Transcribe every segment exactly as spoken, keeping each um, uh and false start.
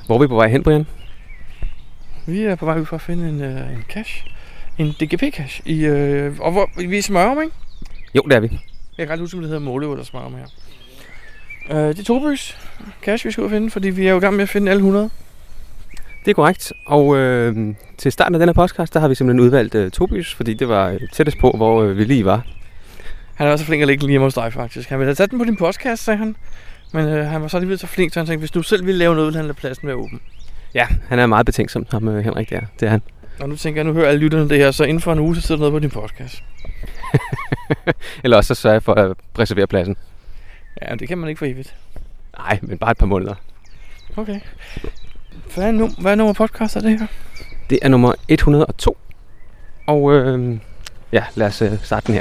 Hvor er vi på vej hen, Brian? Vi er på vej ud for at finde en, uh, en cache. En D G P-cache. I, uh, og hvor, vi er i Smørum, ikke? Jo, det er vi. Jeg kan ret huske, om det hedder Måløv eller Smørum her. Uh, det er Tobys cache, vi skal ud og finde, fordi vi er jo i gang med at finde alle hundrede. Det er korrekt. Og øh, til starten af denne podcast, der har vi simpelthen udvalgt øh, Tobys, fordi det var tættest på, hvor øh, vi lige var. Han er også flink at ligge lige hjemme hos dig, faktisk. Han ville have sat den på din podcast, sagde han. Men øh, han var så alligevel så flink, så han tænkte, hvis du selv ville lave noget, ville han lade pladsen være åben. Ja, han er meget betænksom, ham øh, Henrik der. Det er han. Og nu tænker jeg, nu hører alle lytterne det her, så inden for en uge, så sidder noget på din podcast. Eller også så sørger jeg for at reservere pladsen. Ja, det kan man ikke for evigt. Nej, men bare et par måneder. Okay. Hvad er, num- hvad er nummer podcast er det her? Det er nummer et hundrede og to. Og øh, ja, lad os øh, starte den her.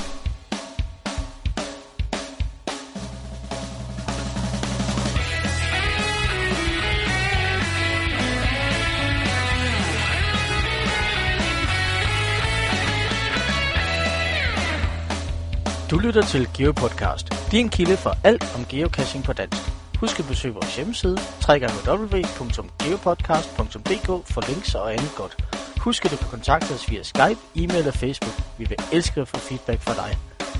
Du lytter til GeoPodcast, din kilde for alt om geocaching på dansk. Husk at besøge vores hjemmeside, w w w punktum geopodcast punktum d k for links og andet godt. Husk at du kan kontakte os via Skype, e-mail og Facebook. Vi vil elske at få feedback fra dig.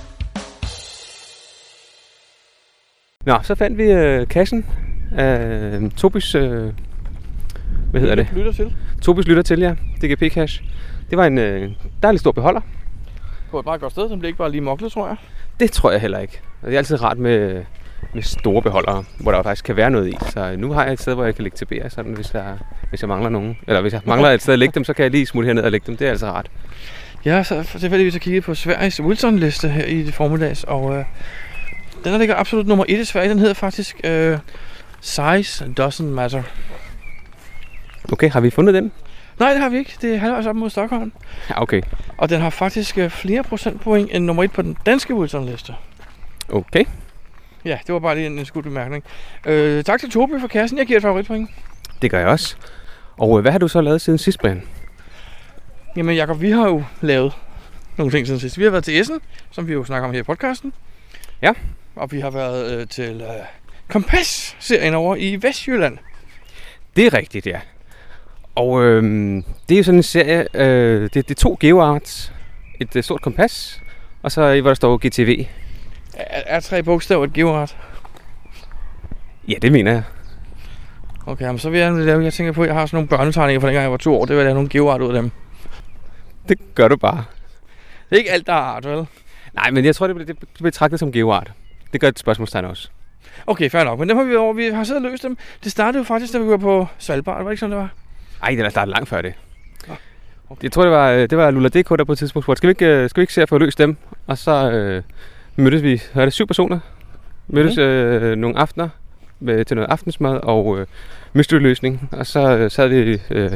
Nå, så fandt vi øh, kassen af øh, Tobys, øh, hvad hedder det? Lytter til. Tobys lytter til, ja. D G P-cache. Det var en øh, dejlig stor beholder. På et meget godt sted, den bliver ikke bare lige moklet, tror jeg. Det tror jeg heller ikke. Det er altid rart med, med store beholdere, hvor der faktisk kan være noget i. Så nu har jeg et sted, hvor jeg kan lægge tilbage, sådan hvis jeg, hvis jeg mangler nogen. Eller hvis jeg mangler et sted at lægge dem, så kan jeg lige smutte herned og lægge dem. Det er altså rart. Ja, så tilfældigvis har kigget på Sveriges Wilson-liste her i det formiddags, og øh, den der ligger absolut nummer et i Sverige. Den hedder faktisk øh, Size Doesn't Matter. Okay, har vi fundet den? Nej, det har vi ikke. Det er halvvejs op mod Stockholm. Ja, okay. Og den har faktisk øh, flere procentpoint end nummer et på den danske Wilson-liste. Okay. Ja, det var bare lige en, en skudt bemærkning. Øh, tak til Toby for kassen. Jeg giver et favoritpoint. Det gør jeg også. Og øh, hvad har du så lavet siden sidst, Brian? Jamen Jacob, vi har jo lavet nogle ting siden sidst. Vi har været til Essen, som vi jo snakker om her i podcasten. Ja. Og vi har været øh, til øh, Kompas-serien over i Vestjylland. Det er rigtigt, ja. Og øh, det er jo sådan en serie, øh, det, det er to GeoArts, et øh, stort kompas, og så hvor der står G T V. Er, er tre bogstaver et GeoArt? Ja, det mener jeg. Okay, jamen, så vil jeg lave, jeg tænker på, at jeg har sådan nogle børnetegninger fra dengang jeg var to år, det vil jeg lave nogle GeoArt ud af dem. Det gør du bare. Det er ikke alt, der er art, vel? Nej, men jeg tror, det bliver, det bliver betragtet som GeoArt. Det gør et spørgsmålstegn også. Okay, fair nok, men dem har vi over, vi har siddet og løst dem. Det startede jo faktisk, da vi var på Svalbard, var det ikke sådan, det var? Ej, det er startet langt før det. Okay. Jeg tror, det var, det var Lula punktum d k, der på et tidspunkt spurgte, skal vi ikke, skal vi ikke se at få løst dem? Og så øh, mødtes vi, her er det syv personer, mødtes øh, nogle aftener med, til noget aftensmad og øh, mystery-løsning. Og så øh, sad vi øh,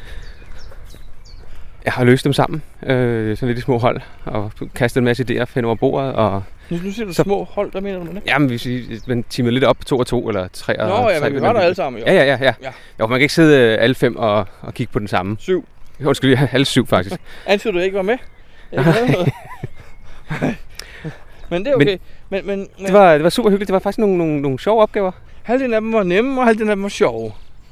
jeg har løst dem sammen, øh, sådan lidt i små hold, og kastet en masse idéer hen over bordet. Og nu, nu siger du så, små hold, hvad mener du med det? Jamen, vi man timede lidt op på to og to, eller tre og Nå, og ja, tre, men vi var der alle sammen, jo. Ja, ja, ja. ja. ja. Jo, man kan ikke sidde øh, alle fem og, og kigge på den samme. Syv. Undskyld, jeg alle syv faktisk. Antyder du ikke var med? Jeg noget. Men det er okay. Men, men, men, det, var, det var super hyggeligt. Det var faktisk nogle, nogle, nogle sjove opgaver. Halvdelen af dem var nemme, og halvdelen af dem var sjove.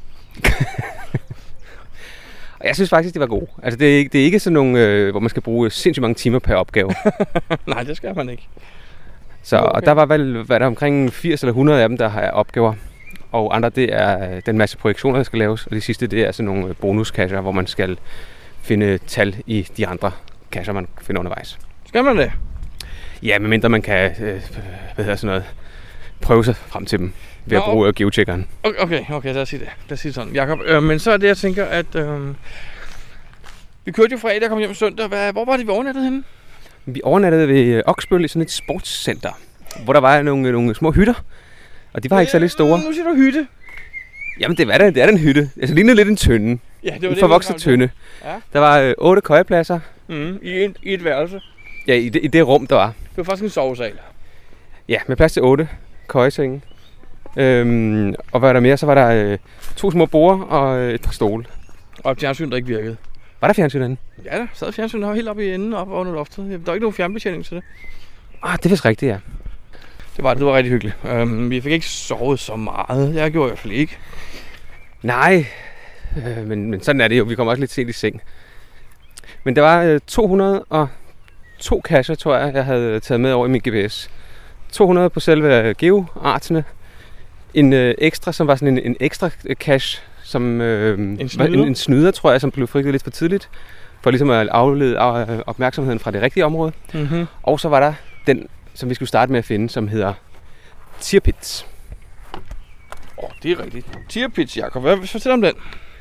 Og jeg synes faktisk, det var gode. Altså, det er ikke, det er ikke sådan nogle, øh, hvor man skal bruge sindssygt mange timer per opgave. Nej, det skal man ikke. Så, okay. Og der var vel hvad der omkring firs eller hundrede af dem, der har opgaver. Og andre, det er den masse projektioner, der skal laves. Og det sidste, det er sådan nogle bonuskasser, hvor man skal finde tal i de andre kasser, man finder undervejs. Skal man det? Ja, medmindre man kan, øh, hvad hedder sådan noget, prøve sig frem til dem ved at bruge geotjekkeren. Okay, okay, lad os sige det. Lad os sige sådan. Jakob, øh, men så er det, jeg tænker, at øh, vi kørte jo fredag og kom hjem søndag. Hvad, hvor var det, vi overnattede henne? Vi overnattede ved Oksbøl i sådan et sportscenter, hvor der var nogle, nogle små hytter. Og de var øh, ikke så lidt store. Nu siger du hytte. Jamen, det var da, det er den hytte. Altså, det lignede lidt en tønde. Ja, det var en det, forvokset tønde. Ja. Der var øh, otte køjepladser. Mm, i, en, I et værelse. Ja, i det, i det rum, der var. Det var faktisk en sovesal. Ja, med plads til otte køjesenge. Øhm, og hvad var der mere? Så var der øh, to små borde og øh, et par stole. Og et fjernsyn, der ikke virkede. Var der fjernsyn derinde? Ja, der sad fjernsyn, der var helt oppe i enden, op under loftet. Der var ikke nogen fjernbetjening til det. Ah, det er vist rigtigt, ja. Det var det, var rigtig hyggeligt. Øhm, vi fik ikke sovet så meget. Jeg gjorde i hvert fald ikke. Nej, øh, men, men sådan er det jo. Vi kommer også lidt sent i seng. Men der var øh, to hundrede og to cacher, tror jeg, jeg havde taget med over i min G P S. to hundrede på selve geoartene. En øh, ekstra, som var sådan en, en ekstra cache, som øh, en, var en, en snyder, tror jeg, som blev frigivet lidt for tidligt. For ligesom at aflede opmærksomheden fra det rigtige område. Mm-hmm. Og så var der den, som vi skulle starte med at finde, som hedder Tirpitz. Åh, oh, det er rigtigt. Tirpitz, Jacob. Hvad fortæl om den?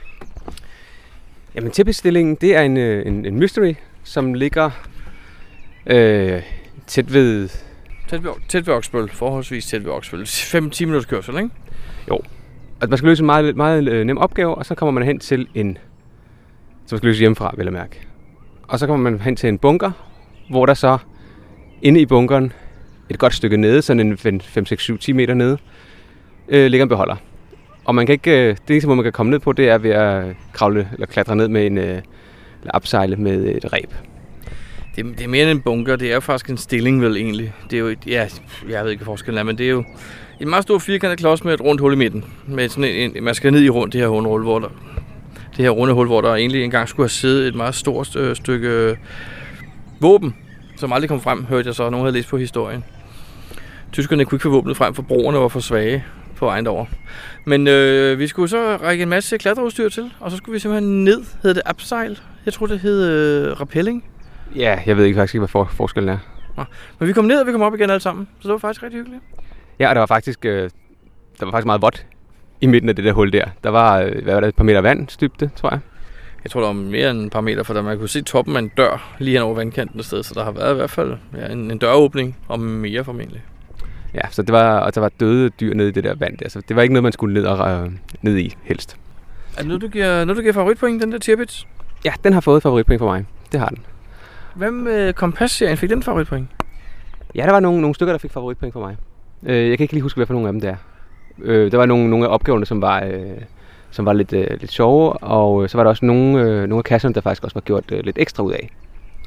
Jamen, Tirpitz-stillingen, det er en, en, en mystery, som ligger øh, tæt ved... Tæt ved, tæt ved Oksbøl. Forholdsvis tæt ved Oksbøl. fem til ti minutters kørsel, ikke? Jo. Altså, man skal løse en meget, meget øh, nem opgave, og så kommer man hen til en... som man skal løse hjemmefra, vil jeg mærke. Og så kommer man hen til en bunker, hvor der så inde i bunkeren, et godt stykke nede, sådan en fem, seks, syv, ti meter nede, øh, ligger en beholder. Og man kan ikke, øh, det eneste måde, man kan komme ned på, det er ved at kravle eller klatre ned med en, øh, eller opsejle med et reb. Det, det er mere end en bunker, det er jo faktisk en stilling vel egentlig. Det er jo et, ja, jeg ved ikke, hvad forskellen er, men det er jo en meget stor firkantet klods med et rundt hul i midten. Med sådan en, en man skal ned i rundt det her runde hul, hvor der, det her runde hul, hvor der egentlig engang skulle have siddet et meget stort øh, stykke øh, våben, som aldrig kom frem, hørte jeg så, nogen havde læst på historien. Tyskerne kunne ikke få våbnet frem, for broerne var for svage på vejen derover. Men øh, vi skulle så række en masse klatreudstyr til, og så skulle vi simpelthen ned. Hed det Abseil? Jeg tror, det hed øh, rappelling. Ja, jeg ved ikke faktisk ikke, hvad for, forskellen er. Nå. Men vi kom ned, og vi kom op igen alle sammen, så det var faktisk rigtig hyggeligt. Ja, og der var faktisk, øh, der var faktisk meget vådt i midten af det der hul der. Der var, øh, hvad var det, et par meter vandsdybde, tror jeg. Jeg tror, der var mere end et par meter, for der man kunne se toppen af en dør lige hen over vandkanten et sted, så der har været i hvert fald ja, en, en døråbning, og mere formentlig. Ja, så det var, og der var døde dyr nede i det der vand der, så det var ikke noget, man skulle ned, og, øh, ned i helst. Er det noget, du giver, noget, du giver favoritpoint, den der Tirpitz? Ja, den har fået favoritpoint for mig. Det har den. Hvem med Kompass-serien fik den favoritpoint? Ja, der var nogle, nogle stykker, der fik favoritpoint for mig. Øh, jeg kan ikke lige huske, hvad for nogle af dem der. Øh, der var nogle, nogle af opgaverne, som var, øh, som var lidt, øh, lidt sjove, og så var der også nogle, øh, nogle af kasserne, der faktisk også var gjort øh, lidt ekstra ud af.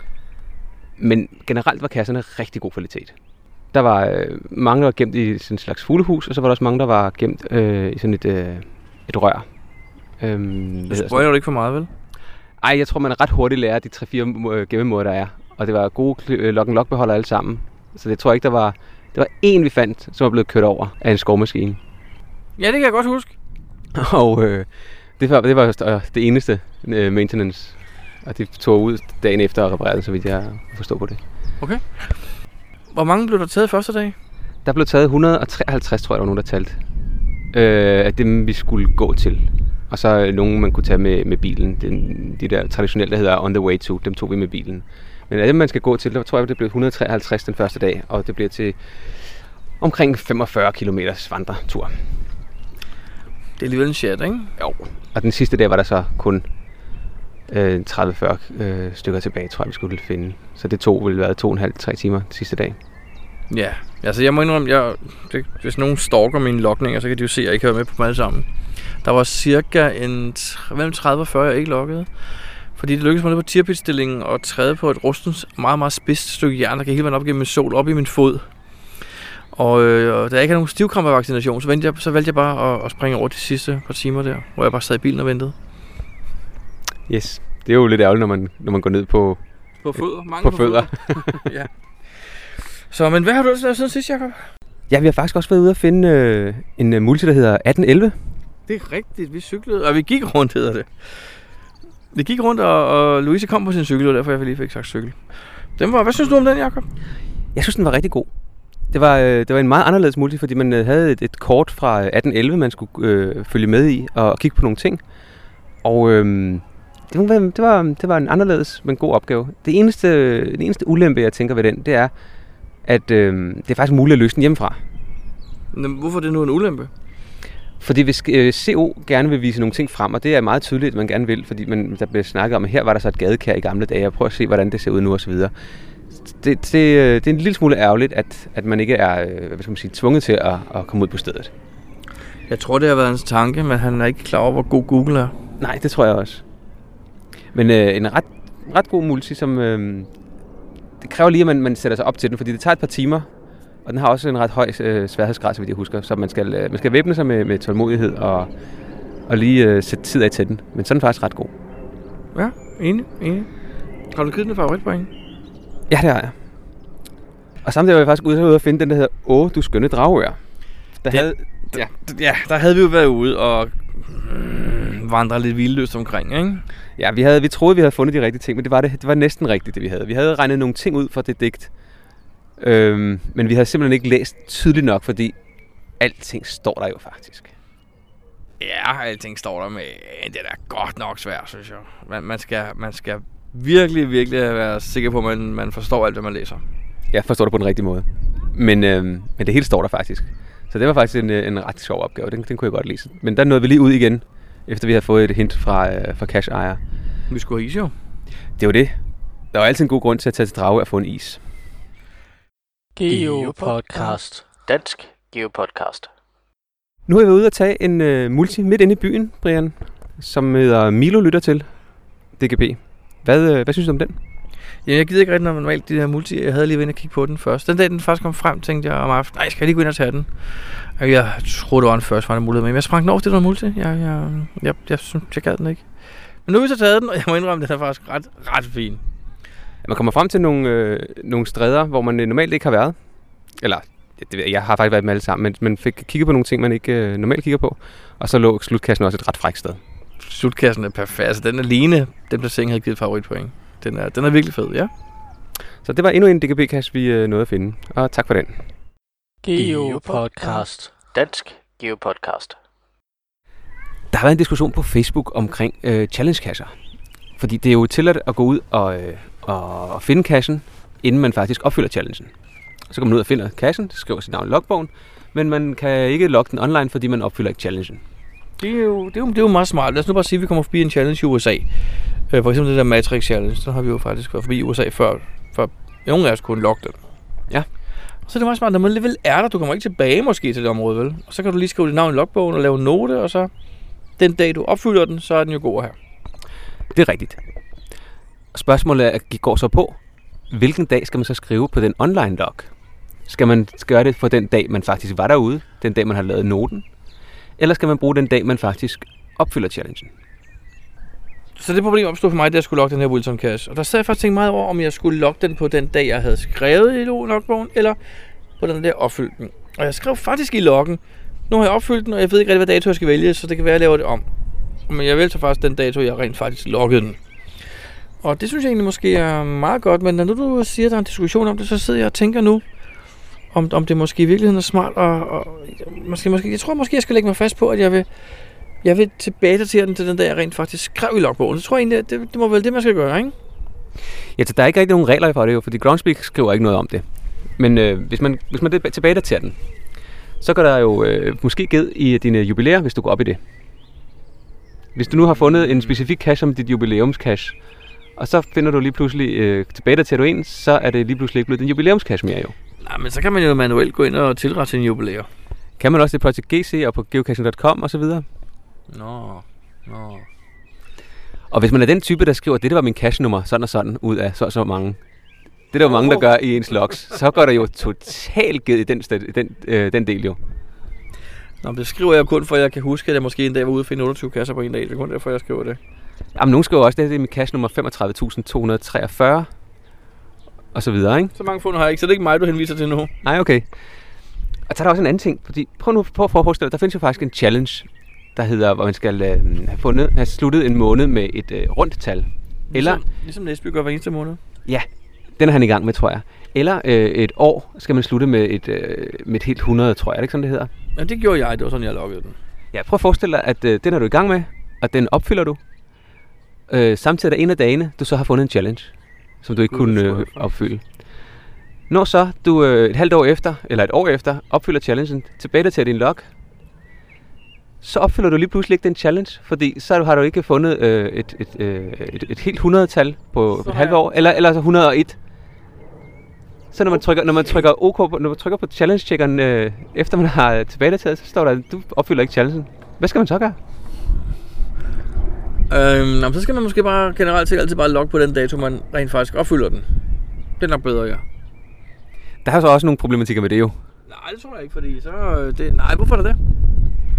Men generelt var kasserne rigtig god kvalitet. Der var øh, mange, der var gemt i sådan en slags fuglehus, og så var der også mange, der var gemt øh, i sådan et, øh, et rør. Øhm, du spoiler du ikke for meget, vel? Ej, jeg tror, man er ret hurtigt lærer de tre-fire gemmemåder, der er. Og det var gode lock-and-lock-beholder alle sammen. Så det tror jeg ikke, der var... Det var én, vi fandt, som var blevet kørt over af en skovmaskine. Ja, det kan jeg godt huske. Og øh, det var det, var det eneste øh, maintenance. Og de tog ud dagen efter og reparerede, så vidt jeg forstår på det. Okay. Hvor mange blev der taget første dag? Der blev taget et hundrede og treoghalvtreds, tror jeg, der var nogen, der talte. Øh, af dem, vi skulle gå til. Og så nogle, man kunne tage med, med bilen. Den, de der traditionelle, der hedder on the way to, dem tog vi med bilen. Men af dem, man skal gå til, der tror jeg, det blev et hundrede og treoghalvtreds den første dag. Og det bliver til omkring femogfyrre kilometers vandretur. Det er alligevel en chat, ikke? Jo. Og den sidste dag var der så kun øh, tredive til fyrre øh, stykker tilbage, tror jeg, vi skulle finde. Så det tog vel været to og en halv til tre timer den sidste dag. Ja, altså jeg må indrømme, jeg, det, hvis nogen stalker mine logninger, så kan de jo se, at jeg ikke har været med på dem alle sammen. Der var cirka en, mellem tredive og fyrre, jeg ikke loggede. Fordi det lykkedes mig ned på Tirpitz-stillingen og træde på et rustens meget, meget spidst stykke jern, der kan hele vejen op gennem min sol, op i min fod. Og øh, da jeg ikke havde nogen stivkrampevaccination, så, jeg, så valgte jeg bare at, at springe over de sidste par timer der, hvor jeg bare sad i bilen og ventede. Yes, det er jo lidt ærgerligt, når man, når man går ned på, på fødder. Mange på, på fødder. fødder. Ja. Så, men hvad har du ellers lavet siden sidst, Jacob? Ja, vi har faktisk også været ude at finde øh, en uh, multi, der hedder atten elleve. Det er rigtigt, vi cyklede, og vi gik rundt, hedder det. Vi gik rundt, og, og Louise kom på sin cykel, og derfor jeg lige fik sagt cykel. Den var, hvad synes du om den, Jacob? Jeg synes, den var rigtig god. Det var, øh, det var en meget anderledes multi, fordi man øh, havde et, et kort fra atten elleve, man skulle øh, følge med i og, og kigge på nogle ting. Og øh, det, var, det, var, det var en anderledes, men god opgave. Det eneste, det eneste ulempe, jeg tænker ved den, det er, at øh, det er faktisk muligt at løse den hjemmefra. Men hvorfor er det nu en ulempe? Fordi hvis øh, C O gerne vil vise nogle ting frem, og det er meget tydeligt, at man gerne vil, fordi man, der bliver snakket om, at her var der så et gadekær i gamle dage, og prøv at se, hvordan det ser ud nu og så videre. Det, det, det er en lille smule ærgerligt, at, at man ikke er hvad skal man sige, tvunget til at, at komme ud på stedet. Jeg tror, det har været hans tanke, men han er ikke klar over, hvor god Google er. Nej, det tror jeg også. Men øh, en ret, ret god multi, som øh, det kræver lige, at man, man sætter sig op til den, fordi det tager et par timer, og den har også en ret høj øh, sværhedsgrad, så vidt jeg husker, så man skal, øh, man skal væbne sig med, med tålmodighed og, og lige øh, sætte tid af til den. Men så er den faktisk ret god. Ja, enig, enig. Har du givet den favoritpoint? Ja, det har jeg. Og samtidig var jeg faktisk ude og finde den, der hedder Åh, du skønne Dragør. Der den, havde, ja, ja, der havde vi jo været ude og øh, vandre lidt vildløst omkring, ikke? Ja, vi, havde, vi troede, vi havde fundet de rigtige ting, men det var, det, det var næsten rigtigt, det vi havde. Vi havde regnet nogle ting ud fra det digt, øhm, men vi havde simpelthen ikke læst tydeligt nok, fordi alting står der jo faktisk. Ja, alting står der med. Det er da godt nok svært, synes jeg. Man, man, skal, man skal virkelig, virkelig være sikker på, at man, man forstår alt, hvad man læser. Jeg forstår det på den rigtige måde. Men, øhm, men det hele står der faktisk. Så det var faktisk en, en ret sjov opgave. Den, den kunne jeg godt læse. Men der nåede vi lige ud igen, efter vi havde fået et hint fra, øh, fra cash-ejer. Vi skulle have is, jo. Det var det. Der var altid en god grund til at tage til Dragør og få en is. GeoPodcast. Dansk GeoPodcast. Nu har jeg været ude at tage en øh, multi midt inde i byen, Brian, som hedder Milo lytter til D G P. Hvad, øh, hvad synes du om den? Ja, jeg gider ikke rigtig normalt de der multi. Jeg havde lige været inde og kigge på den først. Den dag, den først kom frem, tænkte jeg om aftenen, nej, skal jeg lige gå ind og tage den? Og jeg troede, det var en først, var en mulighed. Men jeg sprang den over til den multi. Jeg, jeg, jeg, jeg, jeg synes, jeg gad den ikke. Men nu har vi så taget den, og jeg må indrømme, at den er faktisk ret, ret fin. Ja, man kommer frem til nogle, øh, nogle stræder, hvor man normalt ikke har været. Eller, det, jeg har faktisk været med alle sammen, men man fik kigget på nogle ting, man ikke øh, normalt kigger på. Og så lå slutkassen også et ret frækt sted. Slutkassen er perfekt. Altså, den alene, den placering havde givet favoritpoint. Den er, den er virkelig fed, ja. Så det var endnu en D G P-kasse, vi øh, nåede at finde. Og tak for den. GeoPodcast. Dansk GeoPodcast. Der har været en diskussion på Facebook omkring øh, challenge-kasser. Fordi det er jo tilladt at gå ud og, øh, og finde kassen, inden man faktisk opfylder challengen. Så kommer man ud og finder kassen, skriver sit navn i logbogen, men man kan ikke logge den online, fordi man opfylder ikke challengen. Det er jo, det er jo, det er jo meget smart. Lad os nu bare sige, at vi kommer forbi en challenge i U S A. Øh, for eksempel det der Matrix Challenge, så har vi jo faktisk været forbi U S A før, før nogen af os kunne logge den. Ja. Så er det meget smart, når man alligevel er der, du kommer ikke tilbage måske til det område, vel? Og så kan du lige skrive dit navn i logbogen og lave en note, og så den dag du opfylder den, så er den jo god her. Det er rigtigt. Spørgsmålet er, går så på, hvilken dag skal man så skrive på den online log? Skal man gøre det for den dag, man faktisk var derude, den dag, man har lavet noten? Eller skal man bruge den dag, man faktisk opfylder challengen? Så det problem opstod for mig, da jeg skulle logge den her Wilson Cash. Og der sad jeg faktisk tænkt meget over, om jeg skulle logge den på den dag, jeg havde skrevet i logbogen, eller på den der opfyldt den. Og jeg skrev faktisk i loggen, nu har jeg opfyldt den, og jeg ved ikke rigtig, hvad dato jeg skal vælge, så det kan være, at jeg laver det om. Men jeg vælger faktisk den dato, jeg rent faktisk loggede den. Og det synes jeg egentlig måske er meget godt, men når du siger, at der er en diskussion om det, så sidder jeg og tænker nu, om, om det måske i virkeligheden er smart, og, og måske, måske, jeg tror måske, jeg skal lægge mig fast på, at jeg vil, jeg vil tilbage den til den dag, jeg rent faktisk skrev i logbogen. Så tror jeg egentlig, at det, det må vel det, man skal gøre, ikke? Ja, så der er ikke rigtig nogen regler for det jo, fordi Groundspeak skriver ikke noget om det. Men øh, hvis man, hvis man tilbage til den, så går der jo øh, måske ged i dine jubilæer, hvis du går op i det. Hvis du nu har fundet en specifik cache som dit jubilæumscache, og så finder du lige pludselig øh, tilbage til du en, så er det lige pludselig ikke blevet en jubilæumscache mere jo. Nej, men så kan man jo manuelt gå ind og tilrette sine jubilæer. Kan man også det på Project G C og på geocaching punktum com og så videre? Nå, nå. Og hvis man er den type, der skriver, det der var min cache-nummer, sådan og sådan, ud af så og så mange. Det er der jo mange, der gør i ens logs. Så går der jo totalt ged i den, den, øh, den del jo. Nå, det skriver jeg kun, for jeg kan huske, at jeg måske en dag var ude og finde otteogtyve kasser på en dag. Det er kun derfor, jeg skriver det. Jamen, nogen skriver også, det er min cache-nummer femogtredive tusind to hundrede treogfyrre. Og så videre, ikke? Så mange fund har jeg ikke, så det er ikke mig, du henviser til nu. Nej, okay. Og så er der også en anden ting, fordi prøv nu prøv at forestille dig, der findes jo faktisk en challenge, der hedder, hvor man skal øh, have, fundet, have sluttet en måned med et øh, rundt tal. Ligesom, Eller, ligesom Næsby gør hver eneste måned. Ja, den er han i gang med, tror jeg. Eller øh, et år skal man slutte med et, øh, med et helt hundrede, tror jeg. Er det ikke sådan, det hedder? Ja, det gjorde jeg. Det var sådan, jeg loggede den. Ja, prøv at forestille dig, at øh, den er du i gang med, og den opfylder du. Øh, samtidig er der en af dagene, du så har fundet en challenge, som du ikke kunne øh, opfylde. Når så du øh, et halvt år efter, eller et år efter, opfylder challengen, tilbage til din log, så opfylder du lige pludselig ikke den challenge, fordi så har du ikke fundet øh, et, et, øh, et, et helt hundrede-tal på så et halvt år, eller, eller altså et hundrede og et. Så når man trykker, når man trykker OK på, når man trykker på challenge-checkeren, øh, efter man har tilbagedateret, så står der, at du opfylder ikke challengen. Hvad skal man så gøre? Øhm, så skal man måske bare generelt set altid bare logge på den dato, man rent faktisk opfylder den. Det er nok bedre, ja. Der er så også nogle problematikker med det jo. Nej, det tror jeg ikke, fordi så... Det, nej, hvorfor er det det?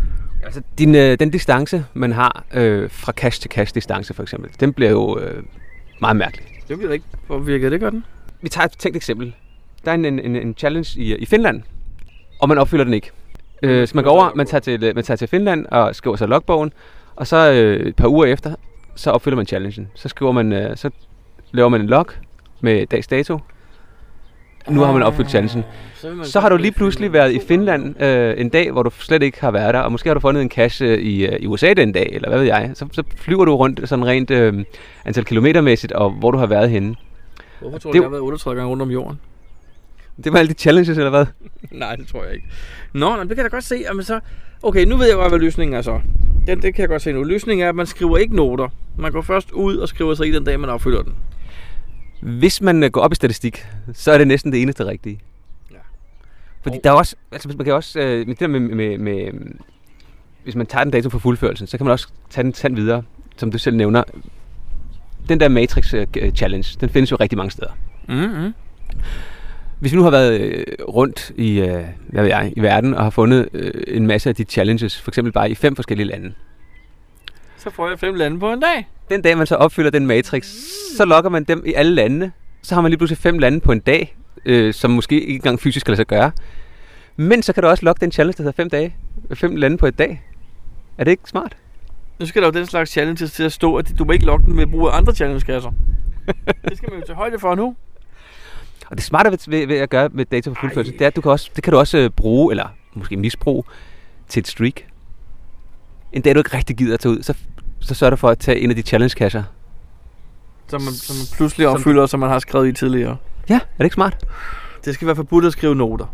Altså, din, øh, den distance, man har øh, fra cache til cache distance for eksempel, den bliver jo øh, meget mærkelig. Det bliver da ikke påvirket, det gør den. Vi tager et tænkt eksempel. Der er en, en, en challenge i, i Finland, og man opfylder den ikke. Øh, så man går over, man tager, til, man tager til Finland og skriver sig logbogen, og så øh, et par uger efter, så opfylder man challengen. Så skriver man, øh, så laver man en log med dags dato. Nu har man opfyldt challengen. Så, så har du lige pludselig været i Finland øh, en dag, hvor du slet ikke har været der, og måske har du fundet en cache i, øh, i U S A den dag, eller hvad ved jeg. Så, så flyver du rundt sådan rent øh, antal kilometermæssigt, og hvor du har været henne. Hvorfor tror du, det, jeg har været otteogtredive gange rundt om jorden? Det var alle de challenges, eller hvad? Nej, det tror jeg ikke. Nå, det kan jeg da godt se. Jamen så, okay, nu ved jeg godt, hvad løsningen er så. Den, det kan jeg godt se nu. Løsningen er, at man skriver ikke noter. Man går først ud og skriver sig i den dag, man opfylder den. Hvis man går op i statistik, så er det næsten det eneste rigtige. Ja. Fordi oh. der er også, altså man kan også, øh, med det der med, med, med, hvis man tager den dato for fuldførelsen, så kan man også tage den tand videre, som du selv nævner. Den der Matrix uh, Challenge, den findes jo rigtig mange steder. Mm-hmm. Hvis vi nu har været øh, rundt i, øh, hvad ved jeg, i verden og har fundet øh, en masse af de challenges, for eksempel bare i fem forskellige lande. Så får jeg fem lande på en dag. Den dag, man så opfylder den matrix, så logger man dem i alle landene. Så har man lige pludselig fem lande på en dag, øh, som måske ikke engang fysisk kan lade sig gøre. Men så kan du også logge den challenge, der hedder fem dage. Fem lande på et dag. Er det ikke smart? Nu skal der jo den slags challenges til at stå, at du må ikke logge den med brug af andre challenge-kasser. Det skal man jo tage højde for nu. Og det smarte ved, ved at gøre med data for fuldførelse, det er, at du kan også, det kan du også bruge, eller måske misbruge, til et streak. En dag, du ikke rigtig gider at tage ud, så, så sørger du for at tage en af de challenge-kasser. Som man, som man pludselig opfylder, som, som man har skrevet i tidligere. Ja, er det ikke smart? Det skal være forbudt at skrive noter.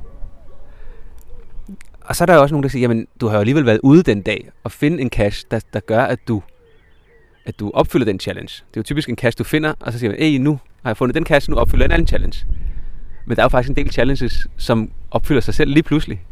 Og så er der jo også nogen, der siger, jamen, du har jo alligevel været ude den dag, og finde en cache, der, der gør, at du, at du opfylder den challenge. Det er jo typisk en cache, du finder, og så siger man, ey, nu har jeg fundet den cache, nu opfylder en anden challenge. Men der er jo faktisk en del challenges, som opfylder sig selv lige pludselig.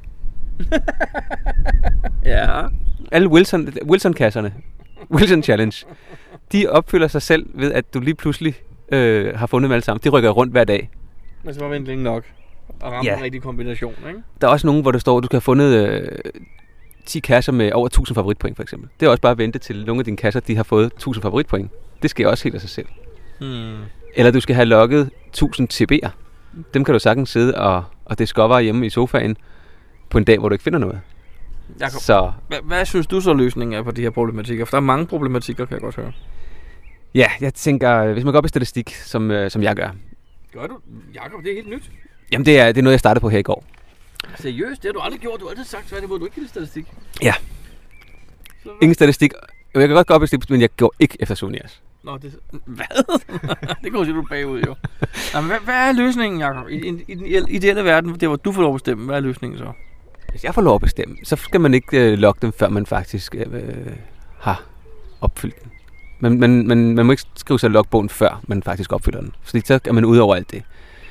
Ja. Alle Wilson, Wilson-kasserne, Wilson Challenge, de opfylder sig selv ved, at du lige pludselig øh, har fundet dem alle sammen. De rykker rundt hver dag. Men så må vente længe nok og ramme ja. En rigtig kombination, ikke? Der er også nogen, hvor der står, at du skal have fundet øh, ti kasser med over tusind favoritpoint, for eksempel. Det er også bare at vente til nogle af dine kasser, de har fået tusind favoritpoint. Det sker også helt af sig selv. Hmm. Eller du skal have logget tusind T B'er. Dem kan du sagtens sidde og, og discover hjemme i sofaen på en dag, hvor du ikke finder noget. Jacob, så hvad, hvad synes du så løsningen er på de her problematikker? For der er mange problematikker, kan jeg godt høre. Ja, jeg tænker, hvis man går op i statistik, som, øh, som jeg gør. Gør du? Jacob, det er helt nyt. Jamen, det er, det er noget, jeg startede på her i går. Seriøst? Det har du aldrig gjort. Du har altid sagt, tværtimod, du ikke kan lide statistik. Ja. Så, ingen statistik. Jeg kan godt gå op i statistik, men jeg går ikke efter Sonias. Nå, det... Hvad? Det går du bagud, jo. Nå, men hvad, hvad er løsningen, Jacob? I, i, I den ideelle verden, der hvor du får lov at bestemme, hvad er løsningen så? Hvis jeg får lov at bestemme, så skal man ikke øh, logge dem, før man faktisk øh, har opfyldt den. Man, man, man, man må ikke skrive sig i logbogen, før man faktisk opfylder den. Fordi så er man ude over alt det.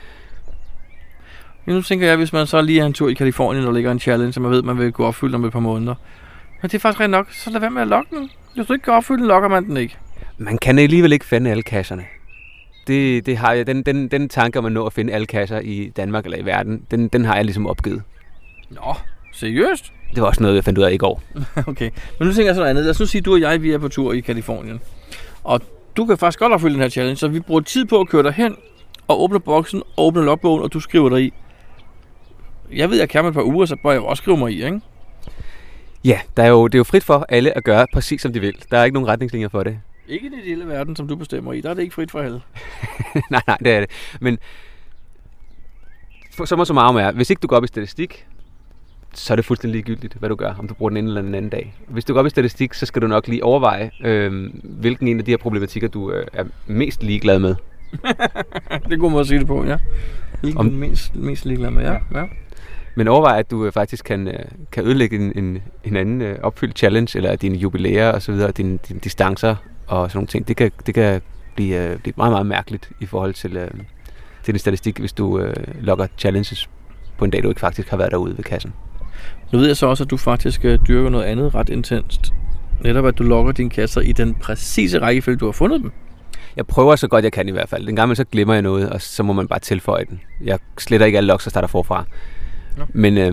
Ja, nu tænker jeg, hvis man så lige er en tur i Kalifornien, og ligger en challenge, så man ved, at man vil gå opfylde om et par måneder. Men det er faktisk rent nok, så lad være med at logge den. Hvis du ikke kan opfylde den, logger man den ikke. Man kan alligevel ikke finde alle kasserne. Det, det har jeg, den, den, den tanke om at nå at finde alle kasser i Danmark eller i verden, den, den har jeg ligesom opgivet. Nå, seriøst? Det var også noget, jeg fandt ud af i går. Okay, men nu tænker jeg sådan noget andet. Lad os nu sige, at du og jeg, vi er på tur i Kalifornien. Og du kan faktisk godt opfylde den her challenge, så vi bruger tid på at køre dig hen og åbne boksen, og åbne logbogen, og du skriver dig i. Jeg ved, jeg kan med et par uger, så bør jeg også skrive mig i, ikke? Ja, der er jo, det er jo frit for alle at gøre præcis som de vil. Der er ikke nogen retningslinjer for det. Ikke i den ideelle verden, som du bestemmer i. Der er det ikke frit for alle. nej, nej, det er det. Men så må så meget er, hvis ikke du går op i statistik, så er det fuldstændig ligegyldigt, hvad du gør, om du bruger den ene eller den anden dag. Hvis du går op i statistik, så skal du nok lige overveje, øh, hvilken en af de her problematikker, du øh, er mest ligeglad med. Det er god måde at sige det på, ja. Hvilken om, mest, mest ligeglad med, ja. ja. Men overvej, at du øh, faktisk kan, øh, kan ødelægge en, en, en anden øh, opfyldt challenge, eller dine jubilæer og så videre, dine, dine distancer og sådan nogle ting. Det kan, det kan blive, øh, blive meget, meget mærkeligt i forhold til, øh, til din statistik, hvis du øh, logger challenges på en dag, du ikke faktisk har været derude ved kassen. Nu ved jeg så også, at du faktisk øh, dyrker noget andet ret intenst. Netop at du logger dine kasser i den præcise rækkefølge, du har fundet dem. Jeg prøver så godt jeg kan i hvert fald. Den gang så glemmer jeg noget, og så må man bare tilføje den. Jeg sletter ikke alle logs og starter forfra. Ja. Men, øh,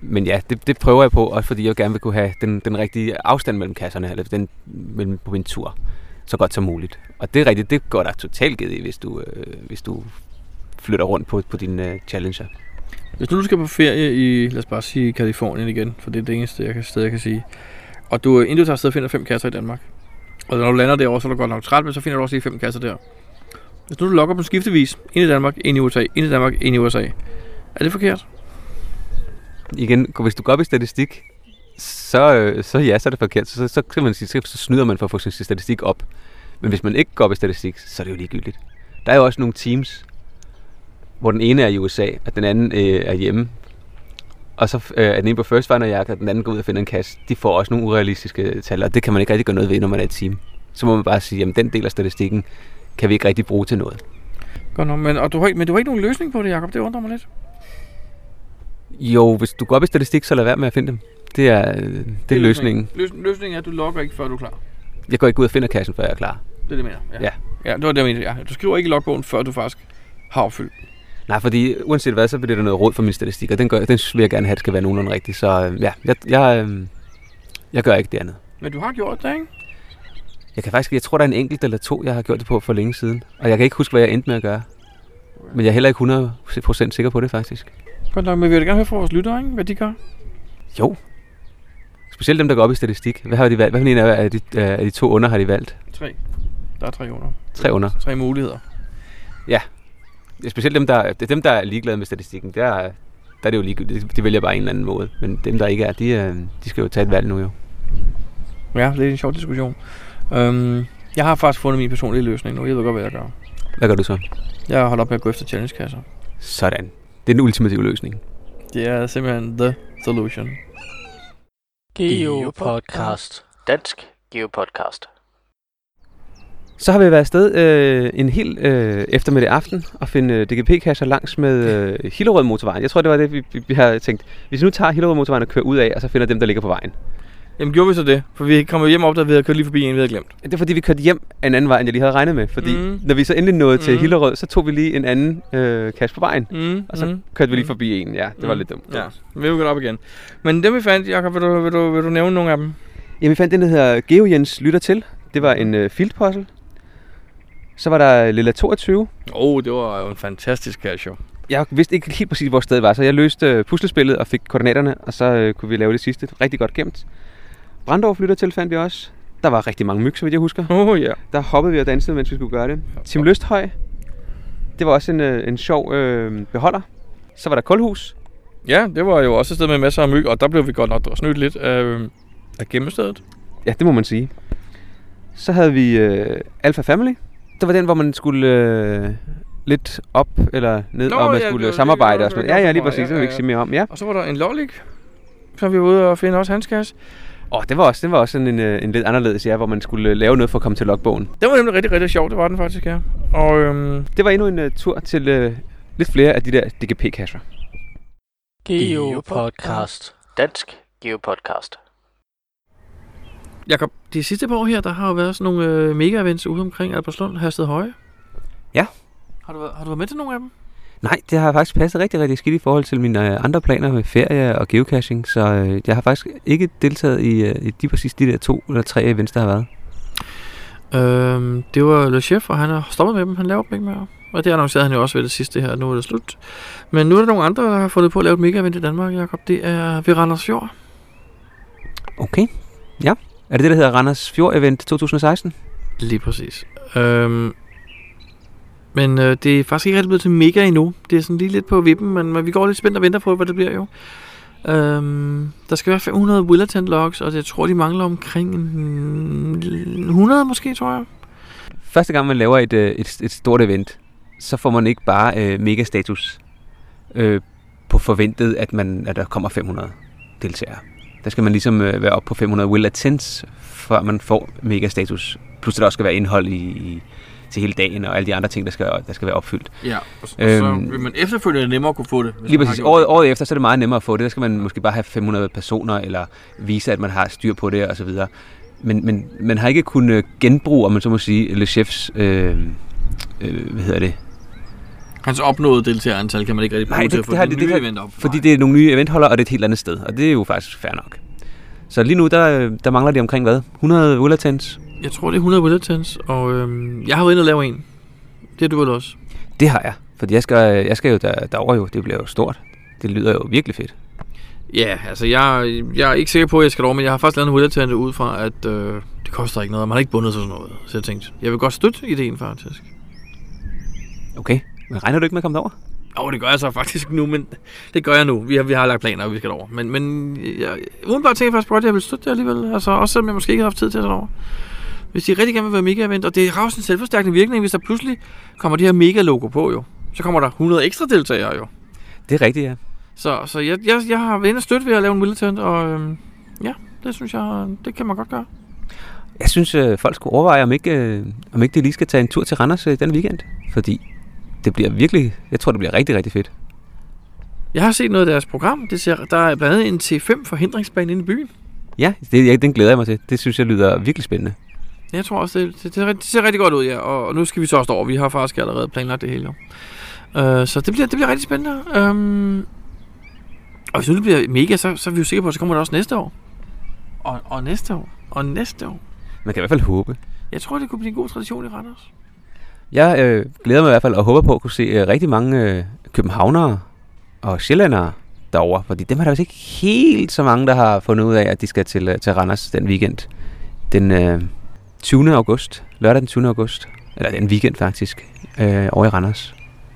men ja, det, det prøver jeg på, også fordi jeg gerne vil kunne have den, den rigtige afstand mellem kasserne, eller den mellem på min tur, så godt som muligt. Og det er rigtigt, det går der totalt givet i, hvis du, øh, hvis du flytter rundt på, på din øh, Challenger. Hvis nu du skal på ferie i, lad os bare sige, Kalifornien igen, for det er det eneste jeg kan, sted, jeg kan sige, og du, inden du tager afsted og finder fem kasser i Danmark, og når du lander derovre, så er du godt nok træt, men så finder du også lige fem kasser der. Hvis nu du logger på skiftevis, ind i Danmark, ind i U S A, ind i Danmark, ind i U S A, er det forkert? Igen, hvis du går op i statistik, så, øh, så ja, så er det forkert. Så, så, så, kan man sige, så, så snyder man for at få sin statistik op. Men hvis man ikke går op i statistik, så er det jo ligegyldigt. Der er jo også nogle teams, hvor den ene er i U S A, og den anden øh, er hjemme. Og så øh, er den ene på first finder jagt, og den anden går ud og finder en kasse. De får også nogle urealistiske tal, og det kan man ikke rigtig gøre noget ved, når man er et team. Så må man bare sige, jamen den del af statistikken kan vi ikke rigtig bruge til noget. Godt nok, men, og du har, men du har ikke nogen løsning på det, Jacob. Det undrer mig lidt. Jo, hvis du går op i statistik, så lad være med at finde dem. Det er, det er, det er løsningen. løsningen. Løsningen er, at du logger ikke, før du er klar. Jeg går ikke ud og finder kassen, før jeg er klar. Det er det, mener ja. Ja. Ja, det var det, jeg mente. Ja. Du skriver ikke i logbogen, før du faktisk har opfyldt. Nej, fordi uanset hvad, så bliver der noget råd for min statistik, og den, gør, den vil jeg gerne have, at skal være nogenlunde rigtig. Så ja, jeg, jeg, jeg gør ikke det andet. Men du har gjort det, ikke? Jeg kan faktisk, jeg tror, der er en enkelt eller to, jeg har gjort det på for længe siden. Og jeg kan ikke huske, hvad jeg endte med at gøre. Men jeg er heller ikke hundrede procent sikker på det, faktisk. Godt nok, men vi vil gerne høre fra vores lyttere, ikke? Hvad de gør. Jo. Specielt dem, der går op i statistik. Hvad har de valgt? Hvad for en af de, af de to under har de valgt? Tre. Der er tre under. Tre under. Tre muligheder. Ja. Specielt dem, der, det er dem, der er ligeglade med statistikken. Der, der er det jo ligegyldigt. De vælger bare en eller anden måde. Men dem, der ikke er, de, de skal jo tage et valg nu jo. Ja, det er en sjov diskussion. Um, jeg har faktisk fundet min personlige løsning nu. Jeg ved godt, hvad jeg gør. Hvad gør du så? Jeg har holdt op med at gå efter challenge-kasser. Sådan. Det er den ultimative løsning. Det er simpelthen the solution. GeoPodcast. Dansk GeoPodcast. Så har vi været afsted øh, en hel øh, eftermiddag aften og finde øh, D G P-kasser langs med øh, Hillerød motorvejen. Jeg tror, det var det, vi, vi, vi havde tænkt. Hvis vi nu tager Hillerød motorvejen og kører ud af, og så finder dem, der ligger på vejen. Jamen gjorde vi så det? For vi kom hjem op, da vi havde kørt lige forbi en, vi havde glemt. Det er fordi, vi kørte hjem en anden vej, end jeg lige havde regnet med. Fordi mm. når vi så endelig nåede mm. til Hillerød, så tog vi lige en anden øh, kasse på vejen. Mm. Og så mm. kørte vi lige forbi en. Ja, det var mm. lidt dumt. Ja, vi vil gå op igen. Men dem vi fandt, Jacob, vil du, vil du, vil du nævne nogle af dem? Jamen vi fandt den, der hedder GeoJens lytter til. Det var en øh, field puzzle. Så var der Lilla toogtyve. Åh, oh, det var jo en fantastisk cache. Jeg vidste ikke helt præcis, hvor stedet var, så jeg løste øh, puslespillet og fik koordinaterne, og så øh, kunne vi lave det sidste. Rigtig godt gemt. Brandorf lytter til fandt vi også. Der var rigtig mange myg, så vidt jeg husker. Åh oh, ja. Yeah. Der hoppede vi og dansede, mens vi skulle gøre det. Tim Lysthøj. Det var også en, øh, en sjov øh, beholder. Så var der Kulhus. Ja, det var jo også et sted med masser af myg, og der blev vi godt nok snydt lidt af, af gemmestedet. Ja, det må man sige. Så havde vi øh, Alpha Family. Det var den, hvor man skulle øh, lidt op eller ned, Nå, og man ja, skulle det, samarbejde. Det, og sådan. Ja, ja, lige præcis. Ja, ja, ja. Det vil vi ikke sige mere om. Ja. Og så var der en Lollik, så vi var ude og finde også hans kasse. Åh, oh, det var også, det var også sådan en, en lidt anderledes, ja, hvor man skulle lave noget for at komme til logbogen. Det var nemlig rigtig, rigtig sjovt, det var den faktisk, ja. Og øhm, det var endnu en uh, tur til uh, lidt flere af de der D G P-kasser. GeoPodcast. Dansk GeoPodcast. Jakob, de sidste par år her, der har jo været sådan nogle øh, mega-events ude omkring Albertslund, Hersted Høje. Ja. Har du, har du været med til nogle af dem? Nej, det har faktisk passet rigtig, rigtig skidt i forhold til mine øh, andre planer med ferie og geocaching, så øh, jeg har faktisk ikke deltaget i, øh, i de præcis de der to eller tre events, der har været. Øhm, det var Le Chef, og han har stoppet med dem, han laver dem ikke mere. Og det annoncerede han jo også ved det sidste her, nu er det slut. Men nu er der nogle andre, der har fundet på at lave et mega-event i Danmark, Jakob. Det er ved Randers Fjord. Okay, ja. Er det det, der hedder Randers Fjord Event to tusind og seksten? Lige præcis. Øhm, men øh, det er faktisk ikke rigtig blevet til mega endnu. Det er sådan lige lidt på vippen, men, men vi går lidt spændt og venter på, hvad det bliver jo. Øhm, der skal være fem hundrede Willerton logs, og jeg tror, de mangler omkring hundrede måske, tror jeg. Første gang man laver et, et, et stort event, så får man ikke bare øh, mega status øh, på forventet, at, man, at der kommer fem hundrede deltagere. Der skal man ligesom øh, være op på fem hundrede will attends, før man får mega status. Plus der også skal være indhold i, i, til hele dagen, og alle de andre ting, der skal, der skal være opfyldt. Ja, og, og øhm, så vil man efterfølgende nemmere kunne få det. Lige præcis. Året, året efter, så er det meget nemmere at få det. Der skal man måske bare have fem hundrede personer, eller vise, at man har styr på det, og så videre. Men, men man har ikke kunnet genbruge, om man så må sige, Le Chefs, øh, øh, hvad hedder det? Hans opnåede deltagerantal kan man ikke rigtig bruge til at få det, det, nye event op. Fordi det er nogle nye eventholdere, og det er et helt andet sted. Og det er jo faktisk fair nok. Så lige nu, der, der mangler de omkring hvad? hundrede Willertens? Jeg tror, det er hundrede Willertens, og øhm, jeg har været inde og lave en. Det er du vel også? Det har jeg, fordi jeg skal, jeg skal jo der, derover jo. Det bliver jo stort. Det lyder jo virkelig fedt. Ja, altså jeg, jeg er ikke sikker på, at jeg skal derover, men jeg har faktisk lavet en Willertens ud fra, at øh, det koster ikke noget. Man har ikke bundet sig sådan noget. Så jeg tænkte, jeg vil godt støtte ideen faktisk. Okay, men regner du ikke med at komme derover? Åh, oh, det gør jeg så faktisk nu, men det gør jeg nu. Vi har, vi har lagt planer, og vi skal derover. Men, men jeg, udenbart tænker jeg faktisk på, at jeg vil støtte det alligevel. Altså, også selvom jeg måske ikke har haft tid til at derover. Hvis de rigtig gerne vil være mega-event, og det er også en selvforstærkende virkning, hvis der pludselig kommer de her mega-logo på jo. Så kommer der hundrede ekstra deltagere jo. Det er rigtigt, ja. Så, så jeg, jeg, jeg har været inde og støtte ved at lave en Willerton, og øhm, ja, det synes jeg, det kan man godt gøre. Jeg synes, øh, folk skulle overveje, om ikke, øh, om ikke de lige skal tage en tur til Randers øh, den weekend. Fordi det bliver virkelig, jeg tror, det bliver rigtig, rigtig fedt. Jeg har set noget af deres program. Det ser, der er blandt andet en T fem forhindringsbane inde i byen. Ja, det, ja, den glæder jeg mig til. Det synes jeg lyder virkelig spændende. Jeg tror også, det, det, det, det ser rigtig godt ud, ja. Og nu skal vi så også over. Vi har faktisk allerede planlagt det hele. Uh, så det bliver, det bliver rigtig spændende. Um, og hvis nu det bliver mega, så, så er vi jo sikre på, at så kommer det også næste år. Og, og næste år. Og næste år. Man kan i hvert fald håbe. Jeg tror, det kunne blive en god tradition i Randers. Jeg øh, glæder mig i hvert fald og håber på at kunne se øh, rigtig mange øh, københavnere og sjællændere derovre. Fordi dem er der vist ikke helt så mange, der har fundet ud af, at de skal til, øh, til Randers den weekend. Den øh, tyvende august. Lørdag den tyvende august. Eller den weekend faktisk. Øh, over i Randers.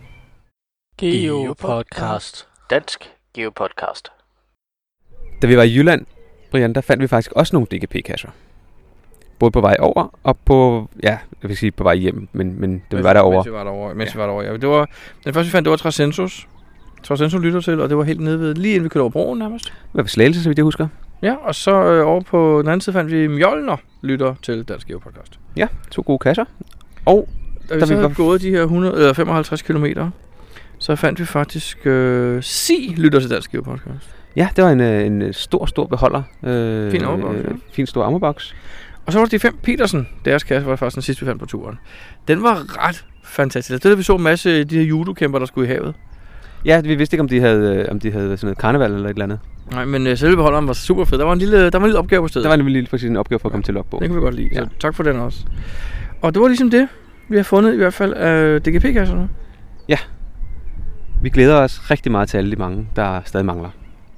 Geopodcast. Dansk Geopodcast. Da vi var i Jylland, Brian, der fandt vi faktisk også nogle D G P-kasser. Både på vej over og på, ja, jeg vil sige på vej hjem, men, men det var derovre. Mens vi var derovre, mens ja. vi var derovre, ja. Det var, den første vi fandt, det var Trasensus. Trasensus lytter til, og det var helt nede ved, lige inden vi kørte over broen nærmest. Hvad var Slagelse, så vidt jeg husker? Ja, og så øh, over på den anden side fandt vi Mjolner lytter til Dansk Geopodcast. Ja, to gode kasser. Og da vi så havde var... gået de her hundrede, eller femoghalvtreds kilometer, så fandt vi faktisk øh, Si lytter til Dansk Geopodcast. Ja, det var en, en stor, stor beholder. Øh, fin ammoboks, ja. Fin stor ammoboks. Og så var det de fem Petersen, deres kasse var faktisk den sidste, vi fandt på turen. Den var ret fantastisk. Det der, vi så en masse af de her judokæmper, der skulle i havet. Ja, vi vidste ikke, om de havde, om de havde sådan noget karneval eller et eller andet. Nej, men uh, selve beholderen var super fed. Der var en lille, der var en lille opgave på stedet. Der var en lille, en opgave for at komme til logbog. Det kunne vi godt lide, ja. Så tak for den også. Og det var ligesom det, vi har fundet i hvert fald af D G P-kasserne. Ja. Vi glæder os rigtig meget til alle de mange, der stadig mangler.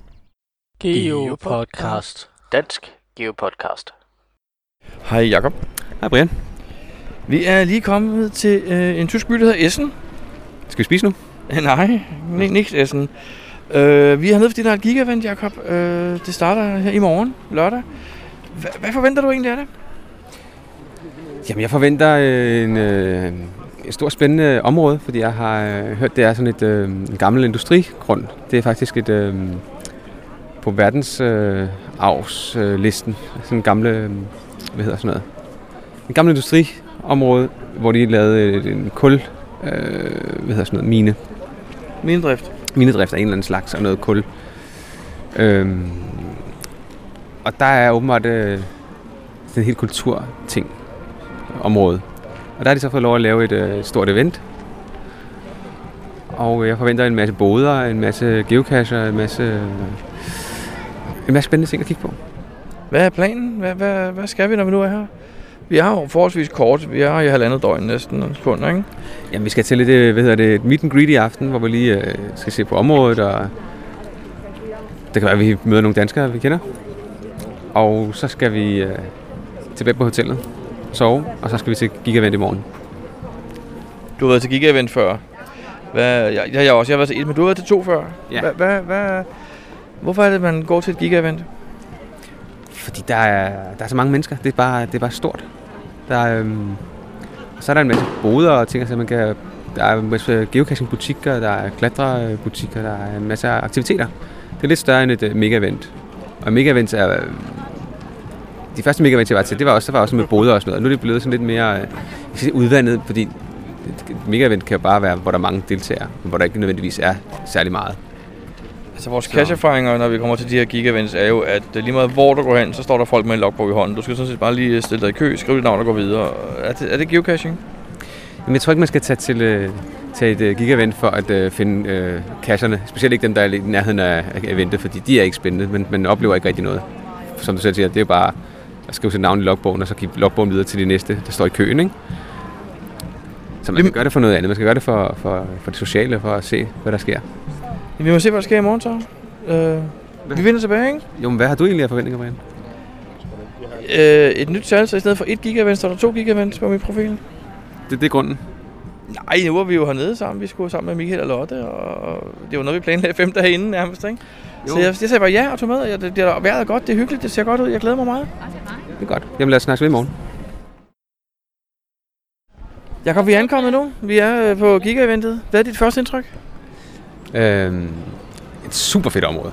Geopodcast. Dansk Geopodcast. Hej Jakob. Hej Brian. Vi er lige kommet til øh, en tysk by, der hedder Essen. Skal vi spise nu? Nej, ikke Essen. Øh, vi er hernede, fordi der er et gigavent, Jakob. Øh, det starter her i morgen, lørdag. H- hvad forventer du egentlig af det? Jamen, jeg forventer en, øh, et stort spændende område, fordi jeg har øh, hørt, det er sådan et øh, en gammel industrigrund. Det er faktisk et øh, på verdensarvslisten. Øh, sådan en gamle, øh, hvad hedder sådan noget? En gammel industriområde, hvor de lavede en kul, øh, hvad hedder sådan noget, mine. Minedrift. Minedrift af en eller anden slags, og noget kul. Øhm, og der er åbenbart øh, sådan en helt kulturting område. Og der har de så fået lov at lave et øh, stort event. Og jeg forventer en masse boder, en masse geocacher, en masse, øh, en masse spændende ting at kigge på. Hvad er planen? Hvad, hvad, hvad skal vi, når vi nu er her? Vi har jo forholdsvis kort. Vi er i halvandet døgn næsten en sekund, ikke? Jamen, vi skal til lidt, hvad hedder det, et meet and greet i aften, hvor vi lige øh, skal se på området, og det kan være, at vi møder nogle danskere, vi kender. Og så skal vi øh, tilbage på hotellet, sove, og så skal vi til Gigavent i morgen. Du har været til Gigavent før. Hvad, jeg, jeg, jeg, også, jeg har været til et, men du har været til to før. Ja. Hvad, hvad, hvad, hvorfor er det, man går til et Gigavent? Fordi der er, der er så mange mennesker. Det er bare, det er bare stort. Der er, øhm, så er der en masse boder og ting, så man kan, der er en masse geocaching-butikker, der er klatrebutikker, der er en masse aktiviteter. Det er lidt større end et uh, mega-event. Og mega-events er... Øh, de første mega-events, jeg var til, det var også, der var også med boder og sådan noget. Og nu er det blevet sådan lidt mere øh, sige, udvandet, fordi et mega-event kan jo bare være, hvor der er mange deltagere, hvor der ikke nødvendigvis er særlig meget. Altså vores cache-erfaringer, når vi kommer til de her gigavents, er jo, at lige meget hvor du går hen, så står der folk med en logbog i hånden. Du skal sådan set bare lige stille dig i kø, skrive dit navn og gå videre. Er det, er det geocaching? Men jeg tror ikke, man skal tage til, øh, til et øh, gigavent for at øh, finde øh, kasserne. Specielt ikke dem, der er i nærheden af, af eventet, fordi de er ikke spændende, men man oplever ikke rigtig noget. Som du selv siger, det er jo bare at skrive sit navn i logbogen, og så give logbogen videre til de næste, der står i køen, ikke? Så man skal gøre det for noget andet. Man skal gøre det for, for, for det sociale, for at se, hvad der sker. Vi må se, hvad der sker i morgen så. Øh, vi vinder tilbage, ikke? Jo, men hvad har du egentlig af forventninger, Brian? Øh, et nyt tal, så i stedet for et gigavent, så er der to gigavents på min profil. Det, det er grunden? Nej, nu var vi jo hernede sammen. Vi skulle sammen med Michael og Lotte, og det var noget, vi planlagde fem dage inden nærmest, ikke? Jo. Så jeg, jeg sagde bare ja og tog med, og det, det er vejret godt, det er hyggeligt, det ser godt ud, jeg glæder mig meget. Det er godt. Jamen lad os snakke ved i morgen. Jakob, vi er ankommet nu. Vi er på giga-eventet. Hvad er dit første indtryk? Øhm, et super fedt område.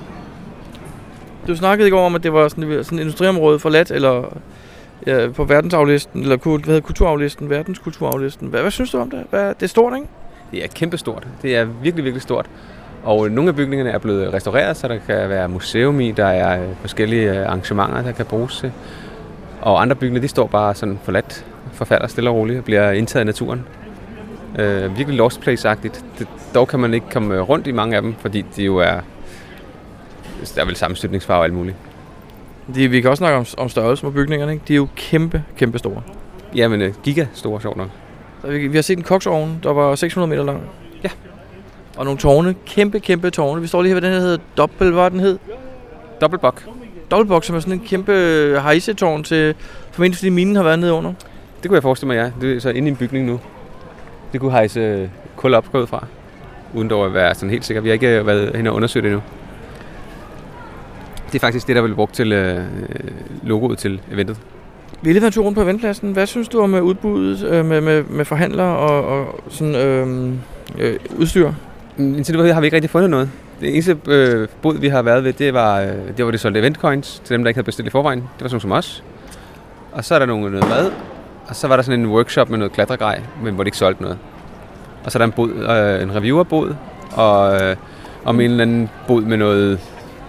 Du snakkede i går om, at det var sådan, sådan et industriområde forladt, eller ja, på verdensaflisten, eller hvad hedder kulturaflisten, verdenskulturaflisten. Hvad, hvad synes du om det? Hvad, det er stort, ikke? Det er kæmpestort. Det er virkelig, virkelig stort. Og nogle af bygningerne er blevet restaureret, så der kan være museum i, der er forskellige arrangementer, der kan bruges til. Og andre bygninger, de står bare sådan forladt, forfalder stille og roligt og bliver indtaget af naturen. Øh, virkelig Lost Place-agtigt. Det, dog kan man ikke komme rundt i mange af dem, fordi de jo er... Der er vel sammenstøtningsfarve og alt muligt. De, vi kan også snakke om, om størrelse på bygningerne, ikke? De er jo kæmpe, kæmpe store. Jamen, uh, gigastore, sjovt nok. Så vi, vi har set en koksovn, der var seks hundrede meter lang. Ja. Og nogle tårne, kæmpe, kæmpe tårne. Vi står lige her, hvad den hedder, Dobbelt, hvad den hed? Dobbeltbok. Dobbeltbok, som er sådan en kæmpe hejsetårn til, formentlig fordi minen har været nede under. Det kunne jeg forestille mig, ja. Det er så inde i en bygning nu. Det kunne hejse kul op fra, uden dog at være sådan helt sikker. Vi har ikke været hen og undersøgt det endnu. Det er faktisk det, der vil brugt til øh, logoet til eventet. Vi er lige været en tur rundt på eventpladsen. Hvad synes du om udbuddet øh, med, med, med forhandlere og, og sådan, øh, øh, udstyr? Indtil nu har vi ikke rigtig fundet noget. Det eneste øh, bod, vi har været ved, det var, øh, det var det solgte eventcoins til dem, der ikke havde bestilt i forvejen. Det var sådan som os. Og så er der nogle, noget mad. Og så var der sådan en workshop med noget klatregrej, men hvor det ikke solgte noget. Og så er der en, bod, øh, en reviewerbod, og øh, om en eller anden bod med noget,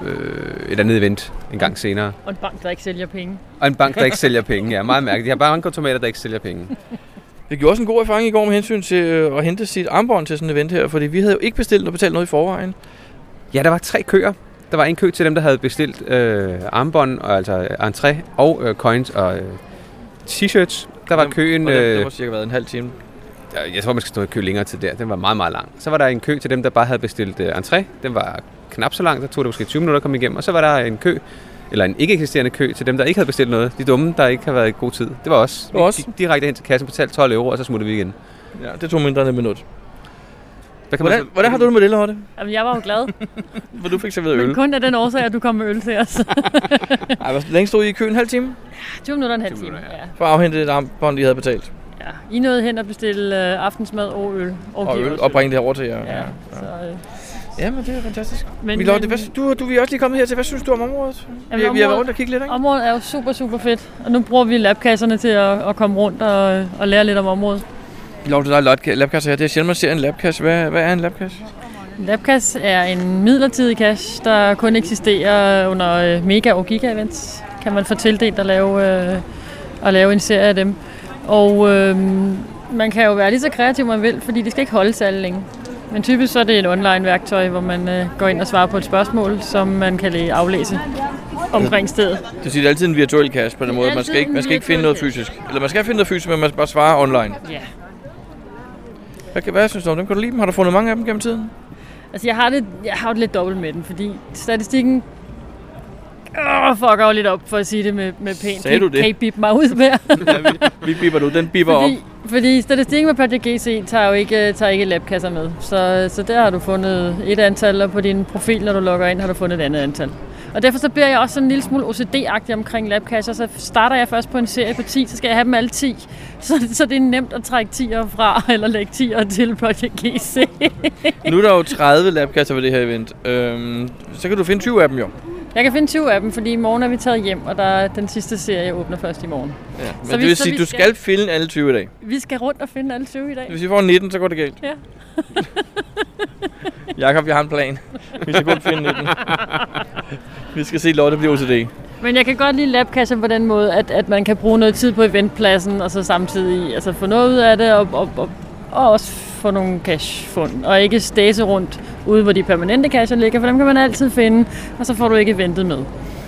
øh, et andet event en gang senere. Og en bank, der ikke sælger penge. Og en bank, der ikke sælger penge, ja. Meget mærkeligt. De har bare bankautomater, der ikke sælger penge. Vi gjorde også en god erfaring i går med hensyn til at hente sit armbånd til sådan et event her, fordi vi havde jo ikke bestilt og betalt noget i forvejen. Ja, der var tre køer. Der var en kø til dem, der havde bestilt øh, armbånd, og altså entré og øh, coins og øh, t-shirts. Der var køen... Øh, det var cirka været en halv time. Jeg tror, man skal stå i kø længere til der. Den var meget, meget lang. Så var der en kø til dem, der bare havde bestilt øh, entré. Den var knap så lang. Der tog det måske tyve minutter at komme igennem. Og så var der en kø, eller en ikke eksisterende kø, til dem, der ikke havde bestilt noget. De dumme, der ikke har været i god tid. Det var os. Det var os. Vi gik direkte hen til kassen, betalte tolv euro, og så smuttede vi igen. Ja, det tog mindre end et minut. Hvad kan hvordan, man så... hvordan har du det med det, Lotte? Jamen, jeg var jo glad. For du fik serveret øl. Men kun af den årsag, at du kom med øl til os. Ej, hvor længe stod I i køen? En halv time? tyve minutter og en halv time, ja. For at afhente et armbånd, I havde betalt? Ja, I nåede hen og bestille øh, aftensmad og øl. Og, og øl, og bringe det over til jer. Ja, ja. Så, øh. Jamen, det er fantastisk. Men, Lotte, men, hvad, du, du vi er også lige kommet her til. Hvad synes du om området? Jamen, vi, området, vi har været rundt og kigge lidt, ikke? Området er jo super, super fedt. Og nu bruger vi labkasserne til at, at komme rundt og, og lære lidt om området. Lotte, der er labkasse her. Det er sjældent, man ser en labkasse. Hvad, hvad er en labkasse? En labkasse er en midlertidig cache, der kun eksisterer under mega og giga events. Kan man få tildelt at lave, øh, at lave en serie af dem. Og øh, man kan jo være lige så kreativ, man vil, fordi det skal ikke holde særlig længe. Men typisk så er det et online-værktøj, hvor man øh, går ind og svarer på et spørgsmål, som man kan aflæse omkring stedet. Det vil sige, det er altid en virtuel cache på den måde. Man skal ikke, man skal ikke finde noget fysisk. Eller man skal finde noget fysisk, men man skal bare svare online. Ja. Hvad, hvad synes du om dem? Kan du lide dem? Har du fundet mange af dem gennem tiden? Altså, jeg har det, jeg har det lidt dobbelt med den, fordi statistikken åh, fucker jo lidt op, for at sige det med, med pænt. Sagde du det? Kan I bippe mig ud med? Ja, vi, vi bipper du. Den bipper fordi, op. Fordi statistikken med Project G C tager jo ikke, tager ikke labkasser med. Så, så der har du fundet et antal, og på din profil, når du logger ind, har du fundet et andet antal. Og derfor så bliver jeg også sådan en lille smule O C D-agtig omkring labkasser. Så starter jeg først på en serie på ti, så skal jeg have dem alle ti. Så, så det er nemt at trække ti'er fra, eller lægge ti'er til Project G C. Nu er der jo tredive labkasser ved det her event. Øhm, så kan du finde tyve af dem jo. Jeg kan finde tyve af dem, fordi i morgen er vi taget hjem, og der er den sidste serie åbner først i morgen. Ja, men så det vi, vil sige, at du skal, skal finde alle tyve i dag. Vi skal rundt og finde alle tyve i dag. Hvis vi får nitten, så går det galt. Ja. Jakob, jeg har en plan. Vi skal kun finde nitten. Vi skal se Lotte blive O C D. Men jeg kan godt lide labkasser på den måde, at, at man kan bruge noget tid på eventpladsen, og så samtidig altså få noget ud af det, og, og, og og også få nogle cash-fund, og ikke stæse rundt ude, hvor de permanente cacher ligger, for dem kan man altid finde, og så får du ikke ventet med.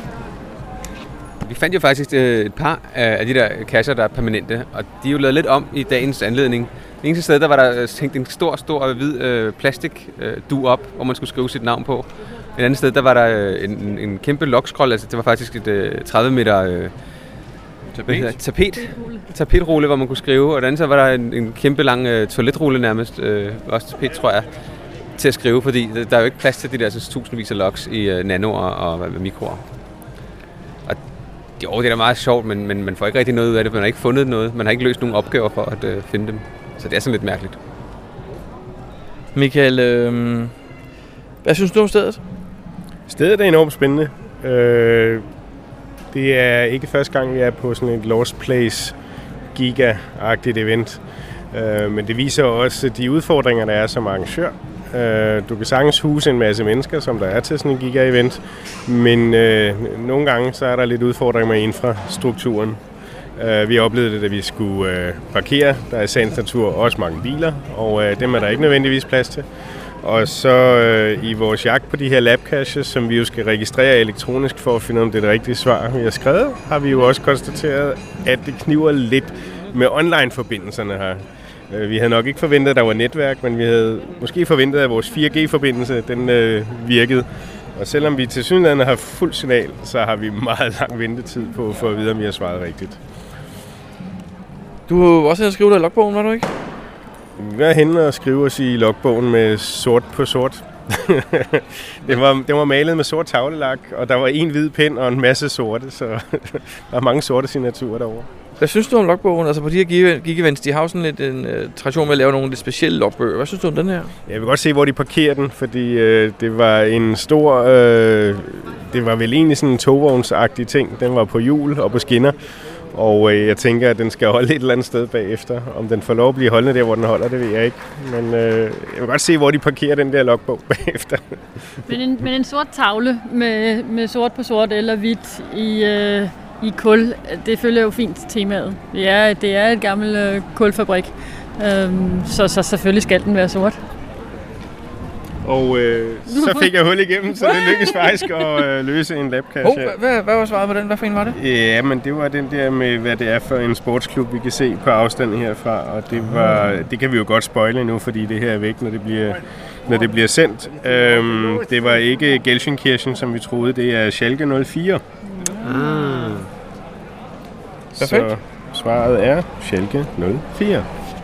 Vi fandt jo faktisk et par af de der cacher, der er permanente, og de er jo lavet lidt om i dagens anledning. Det eneste sted, der var der hængt en stor, stor hvid øh, plastikdu op, hvor man skulle skrive sit navn på. Et andet sted, der var der en, en kæmpe logscroll, altså det var faktisk et øh, tredive meter øh, tapet. tapet, tapetrulle, hvor man kunne skrive, og et andet sted var der en, en kæmpe lang øh, toiletrulle nærmest, øh, også tapet, tror jeg, til at skrive, fordi der er jo ikke plads til de der så, tusindvis af logs i øh, nanoer og, og mikroer. Og jo, det er da meget sjovt, men, men man får ikke rigtig noget ud af det, man har ikke fundet noget, man har ikke løst nogen opgaver for at øh, finde dem, så det er sådan lidt mærkeligt. Michael, øh, hvad synes du om stedet? Stedet er enormt spændende. Øh, det er ikke første gang, vi er på sådan et Lost Place giga-agtigt event. Øh, men det viser også de udfordringer, der er som arrangør. Øh, du kan sagtens huse en masse mennesker, som der er til sådan en giga-event. Men øh, nogle gange så er der lidt udfordringer med infrastrukturen. Øh, vi oplevede det, da vi skulle øh, parkere. Der er i sagens natur også mange biler, og øh, dem er der ikke nødvendigvis plads til. Og så øh, i vores jagt på de her labcaches, som vi jo skal registrere elektronisk for at finde, om det er det rigtige svar, vi har skrevet, har vi jo også konstateret, at det kniver lidt med online-forbindelserne her. Vi havde nok ikke forventet, at der var netværk, men vi havde måske forventet, at vores fire G-forbindelse den øh, virkede. Og selvom vi til synligheden har fuld signal, så har vi meget lang ventetid på for at vide, om vi har svaret rigtigt. Du har også havde skrevet dig i logbogen, var du ikke? Vi var henne og skrive os i logbogen med sort på sort. det, var, det var malet med sort tavlelak, og der var en hvid pind og en masse sorte, så der var mange sorte signaturer derovre. Hvad synes du om logbogen? Altså på de her gig-events, de har jo sådan lidt en uh, tradition med at lave nogle lidt specielle logbøger. Hvad synes du om den her? Jeg vil godt se, hvor de parkerer den, fordi øh, det var en stor... Øh, det var vel egentlig sådan en togvognsagtig ting. Den var på hjul og på skinner. Og øh, jeg tænker, at den skal holde et eller andet sted bagefter. Om den får lov at blive holdende der, hvor den holder, det ved jeg ikke. Men øh, jeg vil godt se, hvor de parkerer den der logbog bagefter. Men en, men en sort tavle med, med sort på sort eller hvidt i, øh, i kul, det følger jo fint temaet. Det er, det er et gammelt øh, kulfabrik, øhm, så, så selvfølgelig skal den være sort. Og øh, så fik jeg hul igennem, så det lykkedes faktisk at øh, løse en labcache. Oh, hvad, hvad var svaret på den? Hvad for en var det? Ja, men det var den der med, hvad det er for en sportsklub, vi kan se på afstand herfra. Og det, var, det kan vi jo godt spoile nu, fordi det her er væk, når det bliver, når det bliver sendt. Øhm, det var ikke Gelsenkirchen, som vi troede. Det er Schalke nul fire. Ah. Så svaret er Schalke nul fire.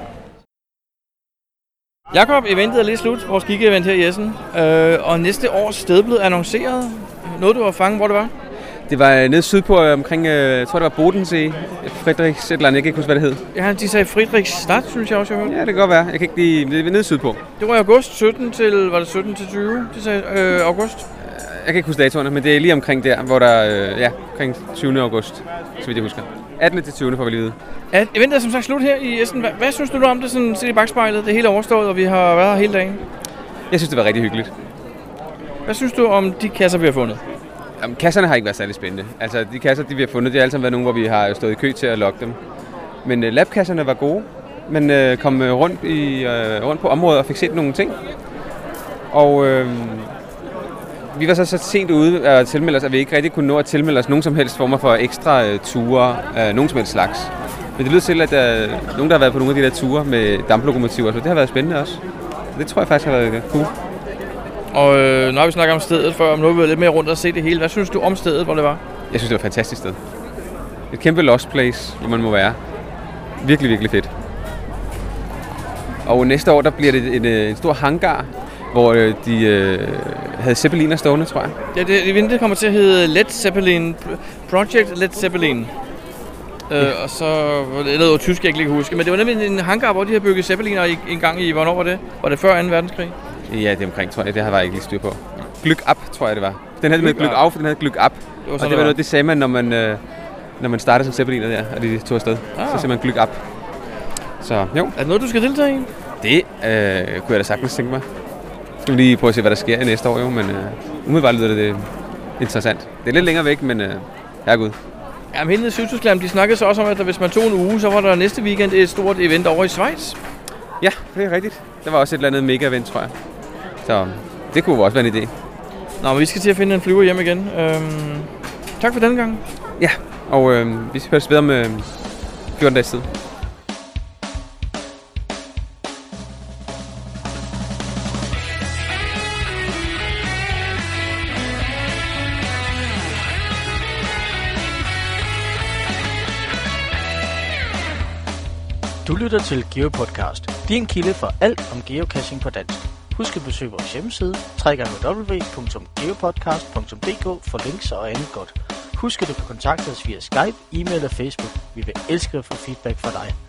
Jakob, eventet er lige slut. Vores gig-event her i Essen. Øh, og næste års sted blev annonceret. Noget du var fanget, hvor det var? Det var nede sydpå omkring, jeg tror det var Bodensee, Friedrichs et eller andet, jeg kan ikke huske, hvad det hed. Ja, de sagde Friedrichstadt, synes jeg også, jeg hørte. Ja, det kan godt være. Jeg kan ikke lige... Det er nede sydpå. Det var i august sytten til, var det sytten til tyve? De sagde øh, august. Jeg kan ikke huske datoerne, men det er lige omkring der, hvor der, øh, ja, omkring tyvende august, så vidt jeg husker. attende til tyvende får vi lige vide. Ja, eventet er som sagt slut her i Essen. Hvad, hvad synes du om det, sådan set i bagspejlet? Det er hele overstået, og vi har været her hele dagen. Jeg synes, det var rigtig hyggeligt. Hvad synes du om de kasser, vi har fundet? Jamen, kasserne har ikke været særlig spændende. Altså, de kasser, de vi har fundet, det har alle sammen været nogle, hvor vi har stået i kø til at logge dem. Men uh, labkasserne var gode. Man uh, kom uh, rundt, i, uh, rundt på området og fik set nogle ting. Og uh, vi var så, så sent ude at tilmelde os, at vi ikke rigtig kunne nå at tilmelde os nogen som helst former for ekstra uh, ture, uh, nogen som helst slags. Men det lyder til, at uh, nogen, der har været på nogle af de der ture med damplokomotiver, så det har været spændende også. Det tror jeg faktisk har været cool. Og øh, nu har vi snakket om stedet før, om nu har vi været lidt mere rundt og se det hele. Hvad synes du om stedet, hvor det var? Jeg synes, det var et fantastisk sted. Et kæmpe lost place, hvor man må være. Virkelig, virkelig fedt. Og næste år, der bliver det en, en stor hangar, hvor de øh, havde Zeppeliner stående, tror jeg. Ja, det, det, det kommer til at hedde Led Zeppelin, Project Led Zeppelin. Øh, ja. Og så var det noget tysk, jeg ikke lige kan huske. Men det var nemlig en hangar, hvor de har bygget Zeppeliner en gang i, hvornår var det? Var det før anden verdenskrig? Ja, det er omkring, tror jeg. Det har jeg ikke lige styr på. Glück ab, tror jeg, det var. Den havde med Glück auf, den havde Glück ab. Det og det var noget, det sagde man, når man, øh, når man startede som Zeppeliner der, og de tog afsted. Ah. Så sagde man Glück ab. Så jo. Er det noget, du skal deltage i? Det øh, kunne jeg da sagtens tænke mig. Skal vi lige prøve at se, hvad der sker i næste år, jo. Men øh, umiddelbart lyder det, det interessant. Det er lidt længere væk, men øh, herregud. Jamen, hele Sydtyskland, de snakkede så også om, at hvis man tog en uge, så var der næste weekend et stort event over i Schweiz. Ja, det er rigtigt. Der var også et eller andet mega-event, tror jeg. Så det kunne også være en idé. Nå, men vi skal til at finde en flyver hjem igen. Øhm, tak for denne gang. Ja, og øh, vi høres ved om øh, fjorten dages tid. Du lytter til GeoPodcast, din kilde for alt om geocaching på dansk. Husk at besøge vores hjemmeside, w w w punktum geopodcast punktum d k for links og andet godt. Husk at du kan kontakte os via Skype, e-mail og Facebook. Vi vil elske at få feedback fra dig.